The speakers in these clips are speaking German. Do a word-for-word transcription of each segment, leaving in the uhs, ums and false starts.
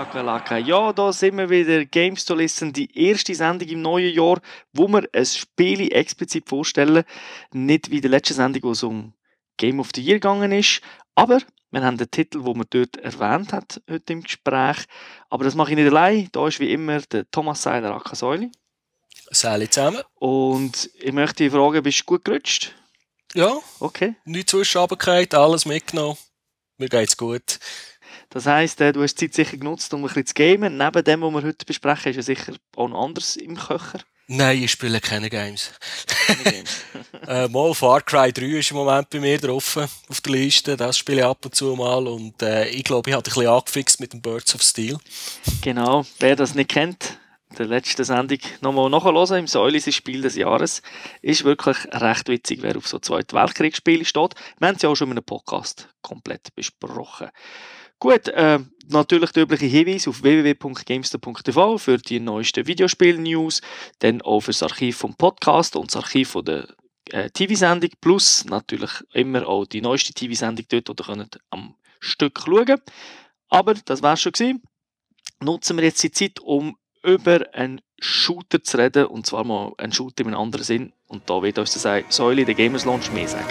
Chakalaka. Ja, da sind wir wieder. Games to Listen, die erste Sendung im neuen Jahr, wo wir ein Spiel explizit vorstellen. Nicht wie die letzte Sendung, wo es um Game of the Year gegangen ist. Aber wir haben den Titel, den man dort erwähnt hat, heute im Gespräch. Aber das mache ich nicht allein. Da ist wie immer der Thomas Seiler, aka Säuli. Salut zusammen. Und ich möchte dich fragen, bist du gut gerutscht? Ja. Okay. Nichts zwischen runtergefallen, alles mitgenommen. Mir geht's gut. Das heisst, du hast die Zeit sicher genutzt, um ein bisschen zu gamen. Neben dem, was wir heute besprechen, ist ja sicher auch noch anderes im Köcher. Nein, ich spiele keine Games. Keine Games. äh, mal Far Cry drei ist im Moment bei mir drauf, auf der Liste. Das spiele ich ab und zu mal. Und äh, ich glaube, ich habe ein bisschen angefixt mit dem Birds of Steel. Genau, wer das nicht kennt, der letzte Sendung nochmal nachhören im Säulis Spiel des Jahres. Ist wirklich recht witzig, wer auf so Zweite Weltkriegsspiele steht. Wir haben es ja auch schon in einem Podcast komplett besprochen. Gut, äh, natürlich der übliche Hinweis auf w w w punkt gamester punkt t v für die neuesten Videospiel-News, dann auch für das Archiv vom Podcast und das Archiv von der äh, T V-Sendung, plus natürlich immer auch die neueste T V-Sendung dort, wo ihr könnt am Stück schauen. Aber das war schon gewesen. Nutzen wir jetzt die Zeit, um über einen Shooter zu reden, und zwar mal einen Shooter in einem anderen Sinn. Und da wird uns der Säule, der Gamers Launch, mehr sagen.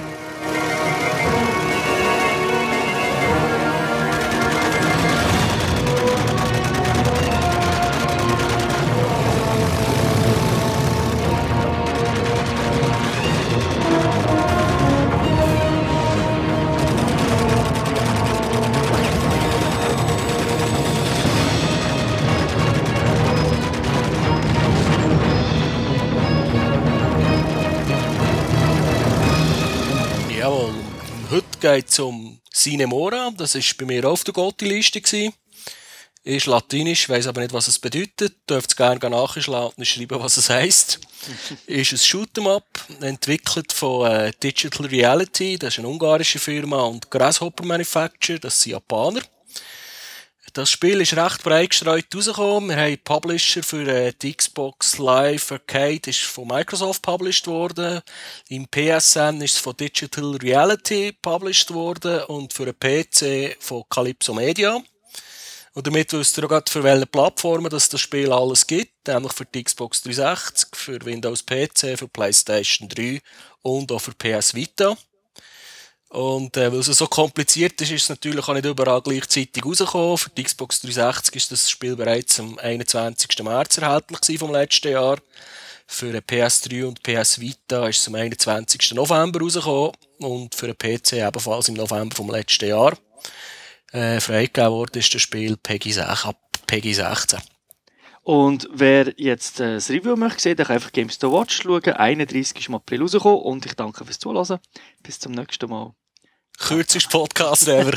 Heute geht es um Cinemora, das war bei mir auf der Gotti-Liste. Ist latinisch, weiss aber nicht, was es bedeutet. Dürft es gerne nachschlagen und schreiben, was es heisst. Ist ein Shoot'em-up, entwickelt von äh, Digital Reality, das ist eine ungarische Firma, und Grasshopper Manufacture, das sind Japaner. Das Spiel ist recht breit gestreut rausgekommen. Wir haben Publisher für äh, die Xbox Live Arcade, ist von Microsoft published worden. Im P S N ist es von Digital Reality published worden und für den P C von Calypso Media. Und damit wisst ihr auch gerade, für welche Plattformen dass das Spiel alles gibt. Nämlich für die Xbox dreihundertsechzig, für Windows P C, für PlayStation drei und auch für P S Vita. Und äh, weil es so kompliziert ist, ist es natürlich auch nicht überall gleichzeitig rausgekommen. Für die Xbox dreihundertsechzig ist das Spiel bereits am einundzwanzigsten März erhältlich vom letzten Jahr. Für den P S drei und P S Vita ist es am einundzwanzigsten November rausgekommen und für den P C ebenfalls im November vom letzten Jahr. Äh, freigegeben worden ist das Spiel Peggy sechs, ab Peggy sechzehn. Und wer jetzt äh, das Review möchte sehen, der kann einfach Games to Watch schauen. einunddreißigsten April rausgekommen und ich danke fürs Zuhören. Bis zum nächsten Mal. Kürzest Podcast ever.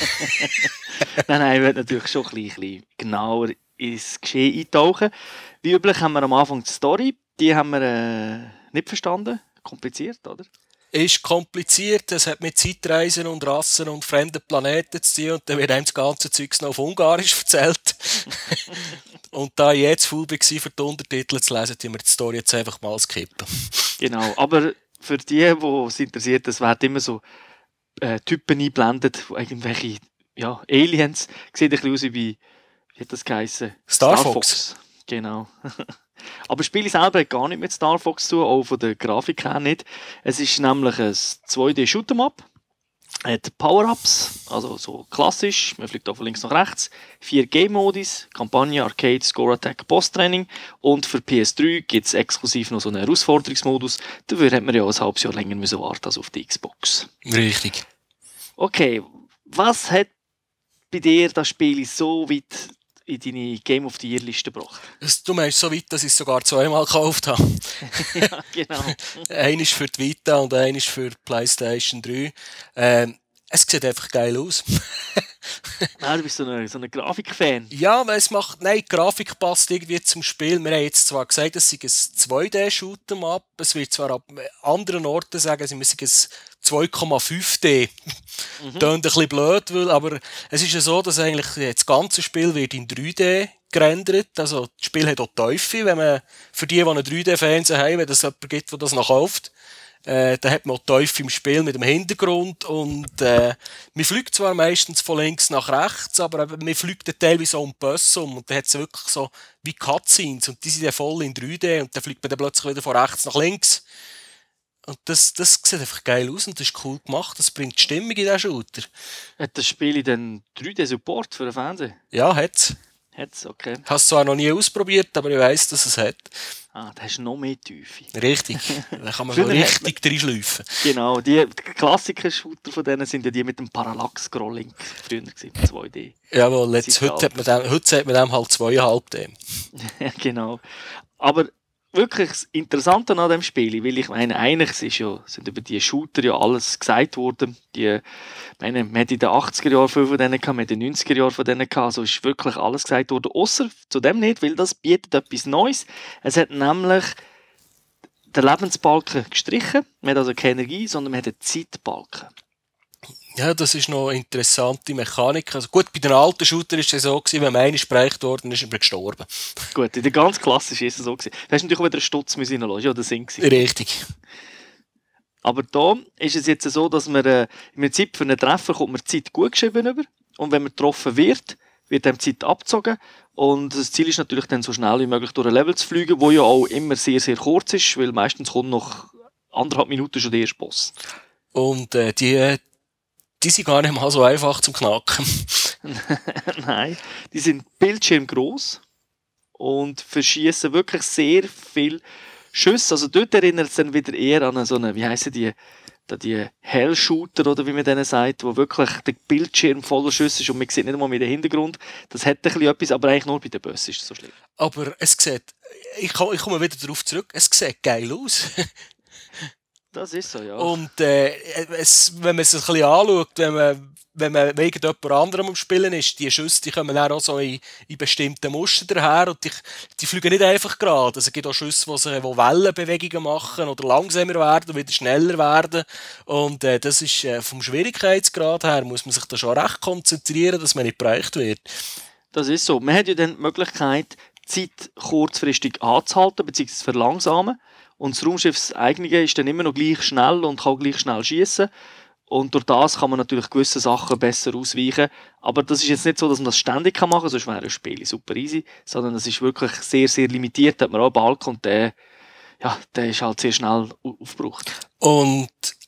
nein, nein, ich will natürlich schon ein bisschen genauer ins Geschehen eintauchen. Wie üblich haben wir am Anfang die Story. Die haben wir äh, nicht verstanden. Kompliziert, oder? Ist kompliziert, es hat mit Zeitreisen und Rassen und fremden Planeten zu tun und dann wird einem das ganze Zeugs noch auf Ungarisch erzählt. Und da ich jetzt faul war, für die Untertitel zu lesen, tun wir die Story jetzt einfach mal skippen. Genau, aber für die, die es interessiert, es werden immer so äh, Typen eingeblendet, irgendwelche ja, Aliens. Sieht ein bisschen aus wie, wie hat das geheißen? Star, Star Fox. Fox. Genau. Aber das Spiel selber hat gar nicht mit Star Fox zu tun, auch von der Grafik her nicht. Es ist nämlich ein zwei D Shoot'em-up. Hat Power-Ups, also so klassisch, man fliegt auch von links nach rechts. Vier Game-Modis, Kampagne, Arcade, Score-Attack, Boss-Training. Und für P S drei gibt es exklusiv noch so einen Herausforderungsmodus. Dafür hat man ja ein halbes Jahr länger müssen warten als auf die Xbox. Richtig. Okay, was hat bei dir das Spiel so weit in deine Game of the Year Liste gebracht? Du meinst so weit, dass ich es sogar zweimal gekauft habe. Ja, genau. Einer ist für die Vita und einer ist für die PlayStation drei. Ähm, es sieht einfach geil aus. Ah, du bist so ein so eine Grafik-Fan. Ja, weil es macht, nein, die Grafik passt irgendwie zum Spiel. Wir haben jetzt zwar gesagt, es sei ein zwei D Shoot'em-up, es wird zwar ab anderen Orten sagen, es sei ein zwei Komma fünf D. Mhm. Tönt ein bisschen blöd, weil, aber es ist ja so, dass eigentlich das ganze Spiel wird in drei D gerendert. Also das Spiel hat auch Teufel, wenn man für die, die einen drei D-Fernseher haben, wenn es jemanden gibt, der das noch kauft. Äh, da hat man auch Teufel im Spiel mit dem Hintergrund und äh, man fliegt zwar meistens von links nach rechts, aber eben, man fliegt dann teilweise auch um die Bösse um und dann hat es wirklich so wie Cutscenes und die sind dann voll in drei D und dann fliegt man dann plötzlich wieder von rechts nach links. Und das, das sieht einfach geil aus und das ist cool gemacht, das bringt Stimmung in diesen Shooter. Hat das Spiel denn drei D-Support für den Fernseher? Ja, hat's. Hat's, okay. Ich habe es zwar noch nie ausprobiert, aber ich weiss, dass es hat. Ah, da hast du noch mehr Tiefe. Richtig. Da kann man so Früher hat richtig reinschleifen. Genau, die Klassiker-Shooter von denen sind ja die mit dem Parallax-Scrolling früher gewesen, zwei D. Jawohl, jetzt, heute, hat man dem, heute sagt man dem halt zweieinhalb D. Ja, genau. Aber wirklich das Interessante an dem Spiel, weil ich meine, eigentlich ist ja, sind über die Shooter ja alles gesagt worden. Die, ich meine, man hat in den achtziger Jahren viel von denen gehabt, man hat in den neunziger Jahren von denen gehabt, also ist wirklich alles gesagt worden, außer zu dem nicht, weil das bietet etwas Neues. Es hat nämlich den Lebensbalken gestrichen, man hat also keine Energie, sondern man hat einen Zeitbalken. Ja, das ist noch eine interessante Mechanik. Also gut, bei den alten Shootern war es so gewesen, wenn man einer gesprächt worden ist, ist man gestorben. Gut, in der ganz klassischen ist es so gewesen. Da hast du natürlich auch wieder einen Stutz reinlassen, ja, der Sinn gewesen. Richtig. Aber da ist es jetzt so, dass man äh, im Prinzip für einen Treffer kommt man die Zeit gut geschrieben über. Und wenn man getroffen wird, wird dann die Zeit abgezogen. Und das Ziel ist natürlich dann so schnell wie möglich durch ein Level zu fliegen, wo ja auch immer sehr, sehr kurz ist, weil meistens kommt noch anderthalb Minuten schon der erste Boss. Und äh, die, die sind gar nicht mal so einfach zum Knacken. Nein, die sind bildschirmgroß und verschießen wirklich sehr viel Schüsse. Also dort erinnert es dann wieder eher an so eine, wie heissen die, die Hell-Shooter oder wie man denen sagt, wo wirklich der Bildschirm voller Schüsse ist und man sieht nicht einmal mit dem Hintergrund. Das hat ein bisschen etwas, aber eigentlich nur bei den Bössen ist es so schlimm. Aber es sieht, ich komme, ich komme wieder darauf zurück, es sieht geil aus. Das ist so, ja. Und äh, es, wenn man es ein bisschen anschaut, wenn man, wenn man wegen jemand anderem am Spielen ist, die Schüsse, die kommen dann auch so in, in bestimmten Mustern daher und die, die fliegen nicht einfach gerade. Also es gibt auch Schüsse, die, sich, die Wellenbewegungen machen oder langsamer werden und wieder schneller werden. Und äh, das ist äh, vom Schwierigkeitsgrad her, muss man sich da schon recht konzentrieren, dass man nicht bereicht wird. Das ist so. Man hat ja dann die Möglichkeit, die Zeit kurzfristig anzuhalten bzw. zu verlangsamen. Und das Raumschiff das eigene ist dann immer noch gleich schnell und kann gleich schnell schießen. Und durch das kann man natürlich gewisse Sachen besser ausweichen. Aber das ist jetzt nicht so, dass man das ständig machen kann, sonst wäre ein Spiel super easy. Sondern es ist wirklich sehr, sehr limitiert. Da hat man auch einen Balken und der, ja, der ist halt sehr schnell aufgebraucht. Und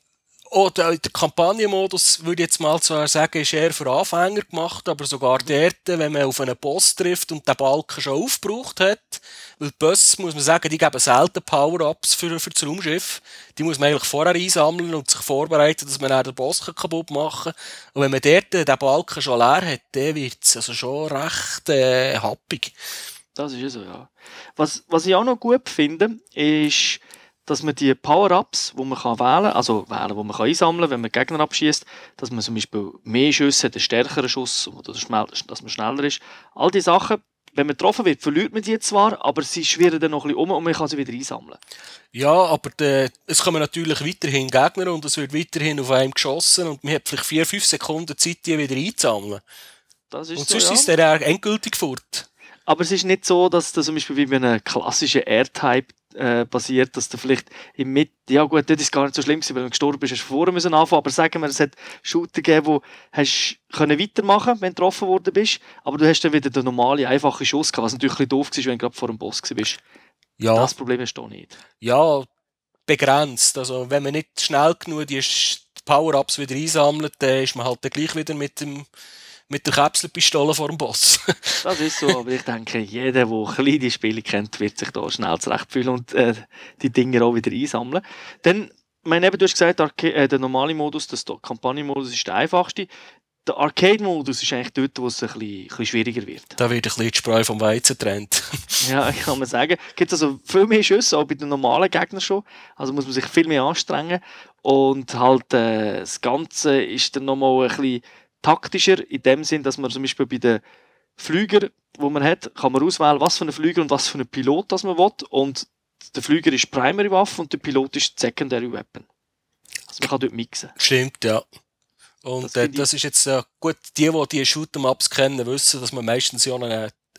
oh, der, der Kampagnenmodus, würde ich jetzt mal zwar sagen, ist eher für Anfänger gemacht, aber sogar dort, wenn man auf einen Boss trifft und den Balken schon aufgebraucht hat, weil die Bosse, muss man sagen, die geben selten Power-Ups für, für das Raumschiff. Die muss man eigentlich vorher einsammeln und sich vorbereiten, dass man dann den Boss kaputt machen kann. Und wenn man dort den Balken schon leer hat, dann wird es also schon recht äh, happig. Das ist ja so, ja. Was, was ich auch noch gut finde, ist, dass man die Power-Ups, die man kann wählen kann, also wählen, die man kann einsammeln kann, wenn man Gegner abschießt, dass man zum Beispiel mehr Schüsse hat, einen stärkeren Schuss, oder dass man schneller ist. All diese Sachen, wenn man getroffen wird, verliert man die zwar, aber sie schwirren dann noch ein bisschen um und man kann sie wieder einsammeln. Ja, aber de, es kommen natürlich weiterhin Gegner und es wird weiterhin auf einem geschossen und man hat vielleicht vier, fünf Sekunden Zeit, die wieder einzusammeln. Das ist und so, sonst ja. ist es dann endgültig fort. Aber es ist nicht so, dass das zum Beispiel wie bei einem klassischen R-Type äh, passiert, dass du vielleicht im Mitte, ja gut, dort ist es gar nicht so schlimm gewesen, weil du gestorben bist, hast du vorher müssen anfangen, aber sagen wir, es hat Shooter gegeben, wo hast können weitermachen, wenn du getroffen worden bist, aber du hast dann wieder den normalen, einfachen Schuss gehabt, was natürlich ein bisschen doof war, wenn du gerade vor dem Boss bist. Ja. Das Problem hast du auch nicht. Ja, begrenzt. Also wenn man nicht schnell genug die Power-Ups wieder einsammelt, dann ist man halt dann gleich wieder mit dem mit der Käpselpistole vor dem Boss. Das ist so, aber ich denke, jeder, der kleine Spiele kennt, wird sich da schnell zurechtfühlen und äh, die Dinge auch wieder einsammeln. Dann, meine, eben, du hast gesagt, äh, der normale Modus, der Kampagnenmodus ist der einfachste. Der Arcade-Modus ist eigentlich dort, wo es ein bisschen, ein bisschen schwieriger wird. Da wird ein bisschen die Spreu vom Weizen getrennt. Ja, kann man sagen. Es gibt also viel mehr Schüsse, auch bei den normalen Gegnern schon. Also muss man sich viel mehr anstrengen. Und halt äh, das Ganze ist dann nochmal ein bisschen taktischer, in dem Sinn, dass man zum Beispiel bei den Flügern, die man hat, kann man auswählen, was für einen Flüger und was für einen Pilot das man will. Und der Flüger ist die Primary Waffe und der Pilot ist die Secondary Weapon. Also man kann dort mixen. Stimmt, ja. Und das, äh, das ist jetzt äh, gut, die, die die Shoot'em-Ups kennen, wissen, dass man meistens ja eine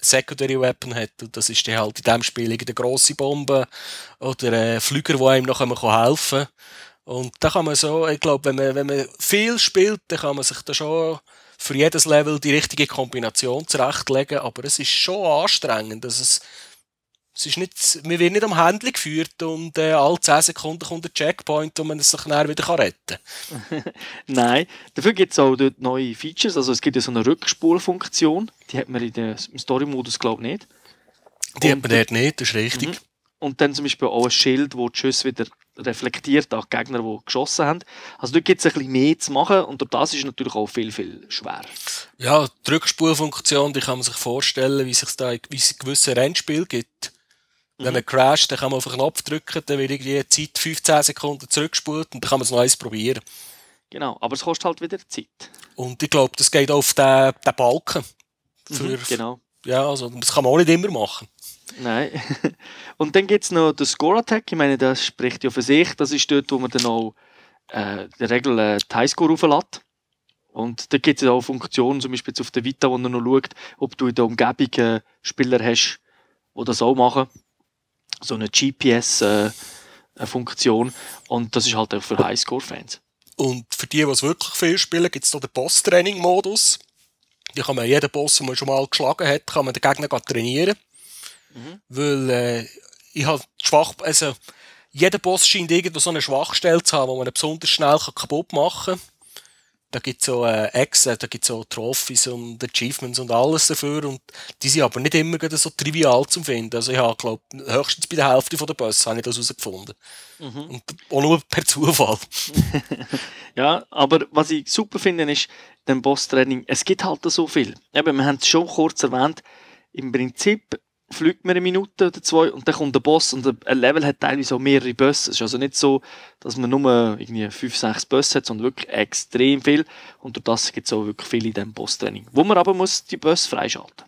Secondary Weapon hat. Und das ist dann halt in diesem Spiel eine grosse Bombe oder ein Flüger, der einem noch helfen kann. Und da kann man so, ich glaube, wenn man, wenn man viel spielt, dann kann man sich da schon für jedes Level die richtige Kombination zurechtlegen. Aber es ist schon anstrengend. Also es, es ist nicht, man wird nicht am Händchen geführt und äh, alle zehn Sekunden kommt ein Checkpoint und man sich dann wieder retten kann. Nein, dafür gibt es auch dort neue Features. Also es gibt ja so eine Rückspulfunktion. Die hat man in der, im Story-Modus, glaube ich, nicht. Die und, hat man dort nicht, das ist richtig. Mhm. Und dann zum Beispiel auch ein Schild, das die Schüsse wieder reflektiert an die Gegner, die geschossen haben. Also dort gibt es ein bisschen mehr zu machen und durch das ist es natürlich auch viel, viel schwerer. Ja, die Rückspulfunktion, die kann man sich vorstellen, wie es da wie es in gewissen Rennspielen gibt. Mhm. Wenn man crasht, dann kann man auf den Knopf drücken, dann wird irgendwie die Zeit fünfzehn Sekunden zurückgespult und dann kann man es noch eins probieren. Genau, aber es kostet halt wieder Zeit. Und ich glaube, das geht auch auf den, den Balken. Für, mhm, genau. Ja, also das kann man auch nicht immer machen. Nein. Und dann gibt es noch den Score Attack. Ich meine, das spricht ja für sich. Das ist dort, wo man dann auch äh, in der Regel äh, die Highscore rauflässt. Und da gibt es auch Funktionen, zum Beispiel jetzt auf der Vita, wo man noch schaut, ob du in der Umgebung äh, Spieler hast, die das auch machen. So eine G P S-Funktion. Äh, Und das ist halt auch für Highscore-Fans. Und für die, die es wirklich viel spielen, gibt es noch den Boss-Training-Modus. Da kann man jeden Boss, den man schon mal geschlagen hat, kann man den Gegner trainieren. Mhm. Weil äh, ich halt schwach, also jeder Boss scheint irgendwo so eine Schwachstelle zu haben, wo man ihn besonders schnell kaputt machen kann. Da gibt es so äh, Exen, da gibt es so Trophies und Achievements und alles dafür. Und die sind aber nicht immer so trivial zu finden. Also ich habe, glaube höchstens bei der Hälfte der Bosse habe ich das herausgefunden. Mhm. Und auch nur per Zufall. Ja, aber was ich super finde, ist, dem Boss-Training, es gibt halt so viel. Eben, wir haben es schon kurz erwähnt, im Prinzip fliegt man eine Minute oder zwei und dann kommt der Boss und ein Level hat teilweise auch mehrere Bosse. Es ist also nicht so, dass man nur irgendwie fünf, sechs Bosse hat, sondern wirklich extrem viel. Und durch das gibt es auch wirklich viel in diesem Boss-Training. Wo man aber muss die Bosse freischalten.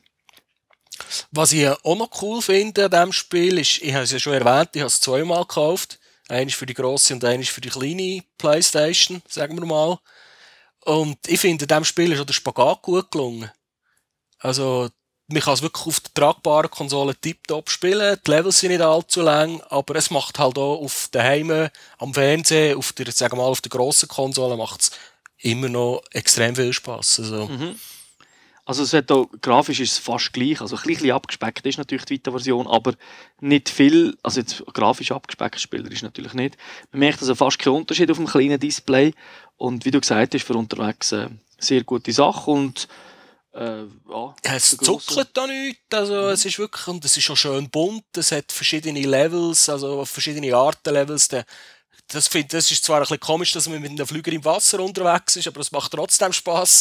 Was ich auch noch cool finde an diesem Spiel ist, ich habe es ja schon erwähnt, ich habe es zweimal gekauft. Eines für die grosse und eines für die kleine Playstation, sagen wir mal. Und ich finde, in diesem Spiel ist auch der Spagat gut gelungen. Also, man kann es wirklich auf der tragbaren Konsole tiptop spielen. Die Levels sind nicht allzu lang, aber es macht halt auch auf den Heimen, am Fernsehen, auf der, sagen wir mal, auf der grossen Konsole macht es immer noch extrem viel Spass. Also, mhm. Also es hat auch, grafisch ist es fast gleich, also ein bisschen abgespeckt ist natürlich die Vita-Version, aber nicht viel, also jetzt grafisch abgespeckt Spieler ist natürlich nicht. Man merkt also fast keinen Unterschied auf dem kleinen Display und wie du gesagt hast, für unterwegs eine sehr gute Sache und Äh, ja, es zuckelt da nichts, also mhm. es ist wirklich, und es ist auch schön bunt, es hat verschiedene Levels, also verschiedene Arten Levels, das, find, das ist zwar ein bisschen komisch, dass man mit einem Flüger im Wasser unterwegs ist, aber es macht trotzdem Spass.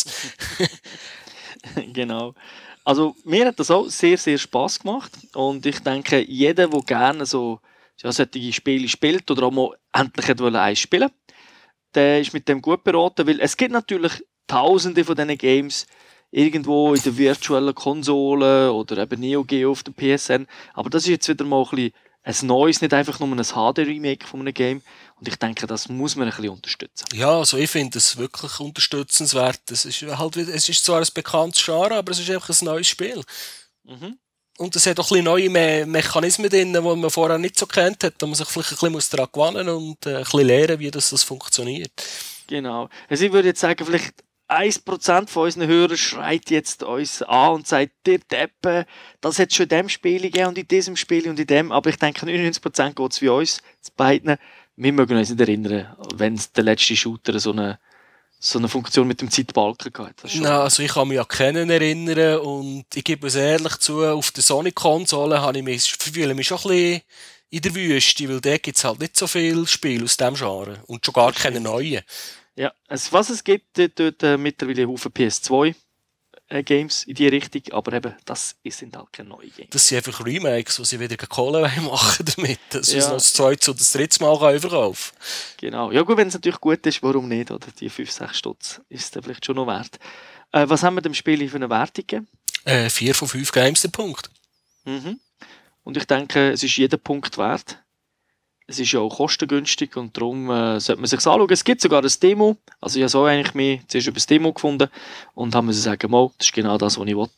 Genau. Also mir hat das auch sehr, sehr Spass gemacht und ich denke, jeder, der gerne so ja, solche Spiele spielt oder auch mal endlich eins spielen, der ist mit dem gut beraten, weil es gibt natürlich tausende von diesen Games, irgendwo in der virtuellen Konsole oder eben Neo Geo auf der P S N. Aber das ist jetzt wieder mal ein, ein neues, nicht einfach nur ein H D-Remake von einem Game. Und ich denke, das muss man ein bisschen unterstützen. Ja, also ich finde es wirklich unterstützenswert. Es ist, halt, es ist zwar ein bekanntes Genre, aber es ist einfach ein neues Spiel. Mhm. Und es hat auch ein bisschen neue Me- Mechanismen drin, die man vorher nicht so kennt hat, da man sich vielleicht ein bisschen daran gewöhnen muss und äh, ein bisschen lernen, wie das, das funktioniert. Genau. Also ich würde jetzt sagen, vielleicht ein Prozent von unseren Hörern schreit jetzt uns an und sagt, der Deppe, das hat es schon in diesem Spiel gegeben und in diesem Spiel und in dem. Aber ich denke, neunundneunzig Prozent geht es wie uns, zu beiden. Wir mögen uns nicht erinnern, wenn der letzte Shooter so eine, so eine Funktion mit dem Zeitbalken hatte. Na, also ich kann mich an keinen erinnern und ich gebe es ehrlich zu, auf der Sonic-Konsole habe ich mich, fühle mich schon ein bisschen in der Wüste, weil da gibt es halt nicht so viele Spiele aus diesem Genre und schon gar keine neuen. Ja, also was es gibt, dort äh, mittlerweile Haufen P S zwei äh, Games in die Richtung, aber eben, das sind halt keine neuen Games. Das sind einfach Remakes, wo sie wieder Kohle machen damit, dass sie ja. es noch das zweite oder das dritte Mal verkaufen können. Genau, ja gut, wenn es natürlich gut ist, warum nicht, oder? Die fünf, sechs Stutz ist es vielleicht schon noch wert. Äh, was haben wir dem Spiel für eine Wertung gegeben? Äh, vier von fünf Games der Punkt. Mhm. Und ich denke, es ist jeder Punkt wert. Es ist ja auch kostengünstig und darum äh, sollte man sich anschauen. Es gibt sogar ein Demo. Also ich habe so eigentlich mehr zuerst über das Demo gefunden und haben müssen sagen, mal, das ist genau das, was ich will.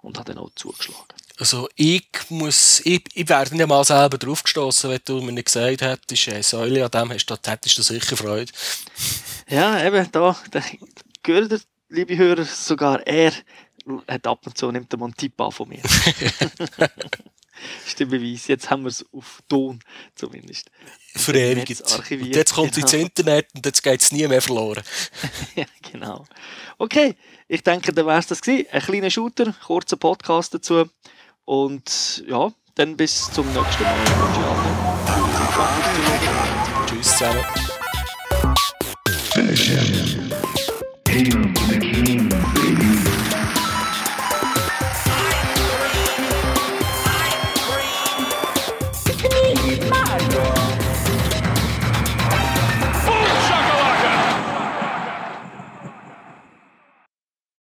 und habe dann auch zugeschlagen. Also ich muss, ich, ich wäre nicht mal selber drauf gestossen, wenn du mir nicht gesagt hättest, hey, Säule, an dem hast du, hättest du sicher Freude. Ja, eben, da, da gehört der, liebe Hörer, sogar er hat ab und zu, nimmt er mal einen Tipp an von mir. Das ist der Beweis, jetzt haben wir es auf Ton zumindest. Verewigt. Und jetzt kommt es genau ins Internet und jetzt geht es nie mehr verloren. Ja, genau. Okay, ich denke, dann wäre es das gewesen. Ein kleiner Shooter, kurzer Podcast dazu. Und ja, dann bis zum nächsten Mal. Tschüss zusammen.